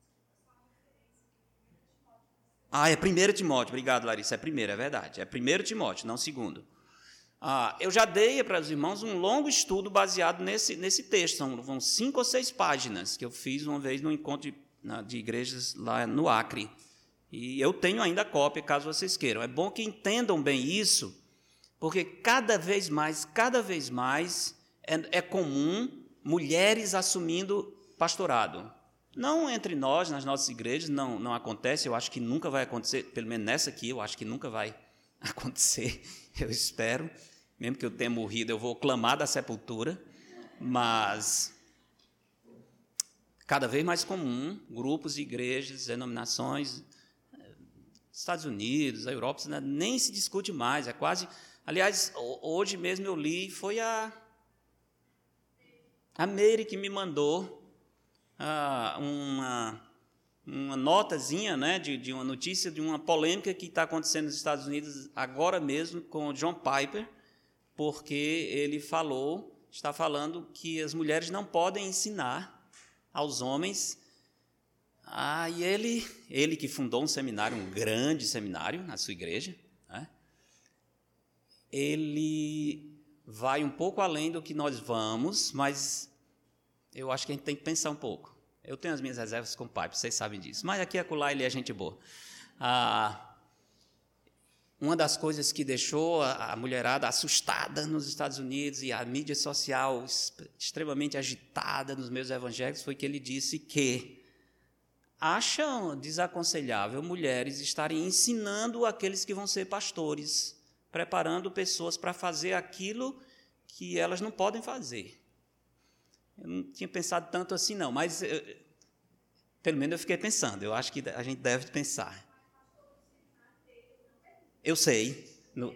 Ah, é primeiro Timóteo, obrigado, Larissa, é primeiro, é verdade, é primeiro Timóteo, não segundo. Ah, eu já dei para os irmãos um longo estudo baseado nesse, nesse texto, são, são cinco ou seis páginas, que eu fiz uma vez no encontro de, na, de igrejas lá no Acre, e eu tenho ainda a cópia, caso vocês queiram. É bom que entendam bem isso, porque cada vez mais, cada vez mais é, é comum mulheres assumindo pastorado. Não entre nós, nas nossas igrejas, não, não acontece, eu acho que nunca vai acontecer, pelo menos nessa aqui, eu acho que nunca vai acontecer, eu espero, mesmo que eu tenha morrido, eu vou clamar da sepultura, mas cada vez mais comum, grupos de igrejas, denominações, Estados Unidos, a Europa, nem se discute mais, é quase... Aliás, hoje mesmo eu li, foi a, a Meire que me mandou ah, uma, uma notazinha, né, de, de uma notícia de uma polêmica que está acontecendo nos Estados Unidos agora mesmo com o John Piper, porque ele falou, está falando que as mulheres não podem ensinar aos homens. Ah, e ele, ele que fundou um seminário, um grande seminário na sua igreja, né, ele vai um pouco além do que nós vamos, mas eu acho que a gente tem que pensar um pouco. Eu tenho as minhas reservas com o Piper, vocês sabem disso, mas aqui e acolá ele é gente boa. Ah, uma das coisas que deixou a, a mulherada assustada nos Estados Unidos e a mídia social extremamente agitada nos meios evangélicos foi que ele disse que acham desaconselhável mulheres estarem ensinando aqueles que vão ser pastores, preparando pessoas para fazer aquilo que elas não podem fazer. Eu não tinha pensado tanto assim, não, mas eu, pelo menos eu fiquei pensando, eu acho que a gente deve pensar. Eu sei. No...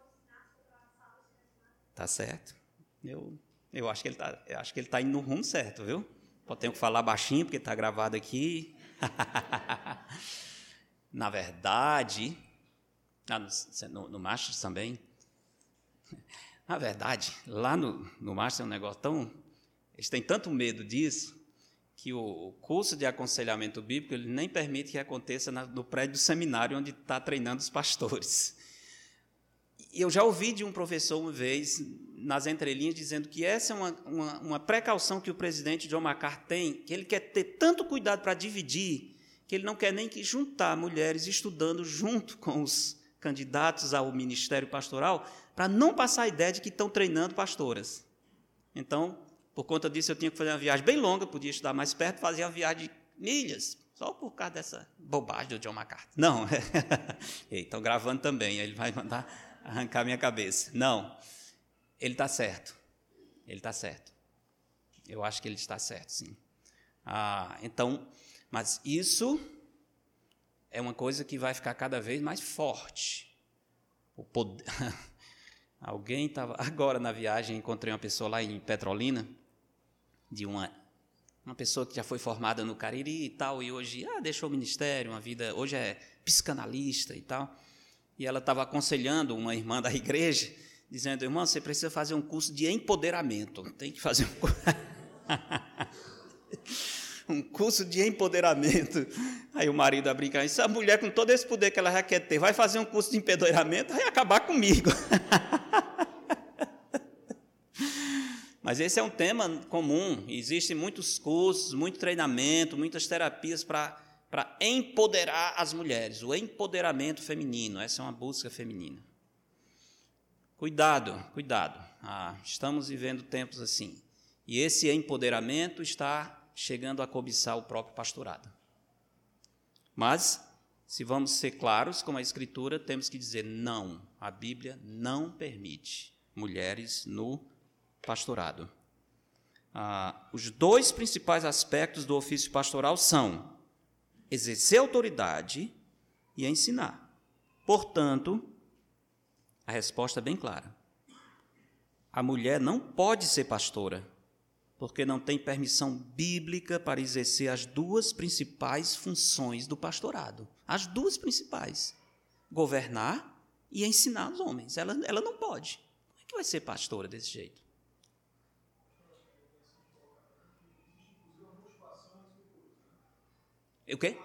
Tá certo. Eu, eu acho que ele está eu acho que ele tá indo no rumo certo, viu? Pode ter que falar baixinho, porque está gravado aqui. na verdade, ah, no, no, no Masters também, na verdade, lá no, no Masters é um negócio tão... Eles têm tanto medo disso, que o, o curso de aconselhamento bíblico ele nem permite que aconteça na, no prédio do seminário onde está treinando os pastores. E eu já ouvi de um professor uma vez, nas entrelinhas, dizendo que essa é uma, uma, uma precaução que o presidente John MacArthur tem, que ele quer ter tanto cuidado para dividir, que ele não quer nem que juntar mulheres estudando junto com os candidatos ao ministério pastoral, para não passar a ideia de que estão treinando pastoras. Então, por conta disso, eu tinha que fazer uma viagem bem longa, podia estudar mais perto, fazia uma viagem de milhas, só por causa dessa bobagem do John MacArthur. Não, estão gravando também, ele vai mandar arrancar minha cabeça. Não, ele está certo, ele está certo. Eu acho que ele está certo, sim. Ah, então, mas isso é uma coisa que vai ficar cada vez mais forte. O poder... Alguém estava... Agora, na viagem, encontrei uma pessoa lá em Petrolina, de uma, uma pessoa que já foi formada no Cariri e tal, e hoje ah, deixou o ministério, uma vida... Hoje é psicanalista e tal. E ela estava aconselhando uma irmã da igreja, dizendo, irmã, você precisa fazer um curso de empoderamento. Tem que fazer um curso... um curso de empoderamento. Aí o marido a brincar, essa mulher com todo esse poder que ela já quer ter, vai fazer um curso de empoderamento, vai acabar comigo. Mas esse é um tema comum, existem muitos cursos, muito treinamento, muitas terapias para para empoderar as mulheres, o empoderamento feminino, essa é uma busca feminina. Cuidado, cuidado, ah, estamos vivendo tempos assim, e esse empoderamento está chegando a cobiçar o próprio pastorado. Mas, se vamos ser claros com a Escritura, temos que dizer não, a Bíblia não permite mulheres no pastorado. Ah, os dois principais aspectos do ofício pastoral são exercer autoridade e ensinar. Portanto, a resposta é bem clara. A mulher não pode ser pastora, porque não tem permissão bíblica para exercer as duas principais funções do pastorado. As duas principais, governar e ensinar os homens. Ela, ela não pode. Como é que vai ser pastora desse jeito? O quê?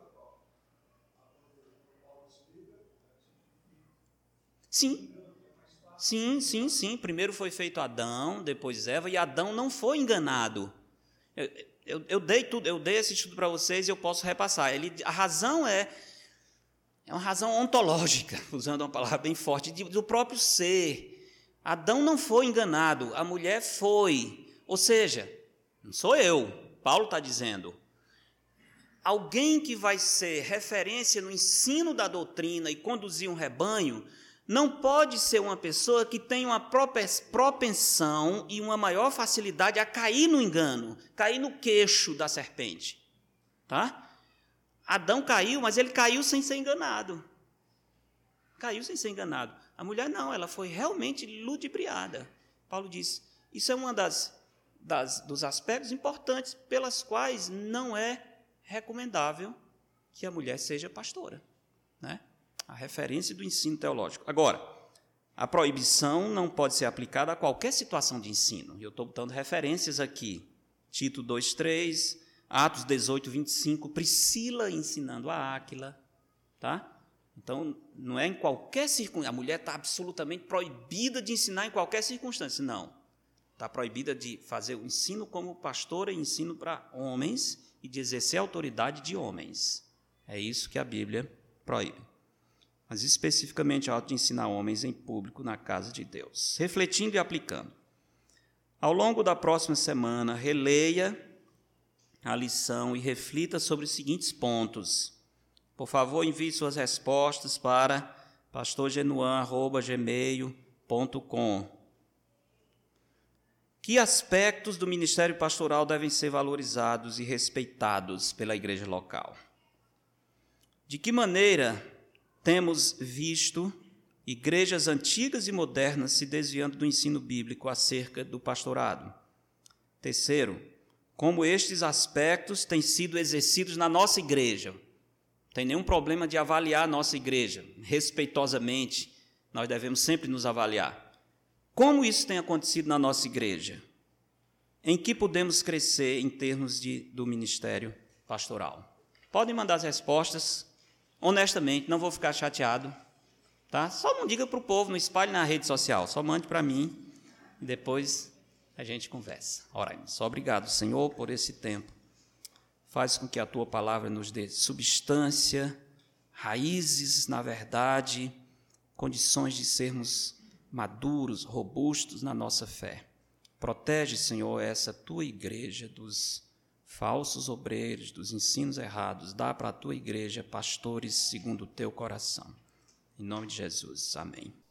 Sim, sim, sim, sim. Primeiro foi feito Adão, depois Eva, e Adão não foi enganado. Eu, eu, eu dei tudo, eu dei esse estudo para vocês e eu posso repassar. Ele, a razão é, é uma razão ontológica, usando uma palavra bem forte, de, do próprio ser. Adão não foi enganado, a mulher foi. Ou seja, não sou eu, Paulo está dizendo. Alguém que vai ser referência no ensino da doutrina e conduzir um rebanho, não pode ser uma pessoa que tem uma propensão e uma maior facilidade a cair no engano, cair no queixo da serpente. Tá? Adão caiu, mas ele caiu sem ser enganado. Caiu sem ser enganado. A mulher não, ela foi realmente ludibriada. Paulo diz, isso é um das, das, dos aspectos importantes pelas quais não é recomendável que a mulher seja pastora, né? A referência do ensino teológico. Agora, a proibição não pode ser aplicada a qualquer situação de ensino. Eu estou botando referências aqui. Tito dois, três, Atos dezoito, vinte e cinco, Priscila ensinando a Áquila. Tá? Então, não é em qualquer circunstância. A mulher está absolutamente proibida de ensinar em qualquer circunstância. Não. Está proibida de fazer o ensino como pastora e ensino para homens e de exercer a autoridade de homens. É isso que a Bíblia proíbe. Mas especificamente a de ensinar homens em público na casa de Deus. Refletindo e aplicando. Ao longo da próxima semana, releia a lição e reflita sobre os seguintes pontos. Por favor, envie suas respostas para pastor genuan arroba gmail ponto com. Que aspectos do ministério pastoral devem ser valorizados e respeitados pela igreja local? De que maneira temos visto igrejas antigas e modernas se desviando do ensino bíblico acerca do pastorado? Terceiro, como estes aspectos têm sido exercidos na nossa igreja? tem nenhum problema de avaliar a nossa igreja, respeitosamente, nós devemos sempre nos avaliar. Como isso tem acontecido na nossa igreja? Em que podemos crescer em termos de, do ministério pastoral? Podem mandar as respostas, honestamente, não vou ficar chateado, tá? Só não diga para o povo, não espalhe na rede social, só mande para mim e depois a gente conversa. Oremos. Só obrigado, Senhor, por esse tempo. Faz com que a Tua palavra nos dê substância, raízes na verdade, condições de sermos maduros, robustos na nossa fé. Protege, Senhor, essa Tua igreja dos falsos obreiros, dos ensinos errados. Dá para a Tua igreja pastores segundo o Teu coração. Em nome de Jesus. Amém.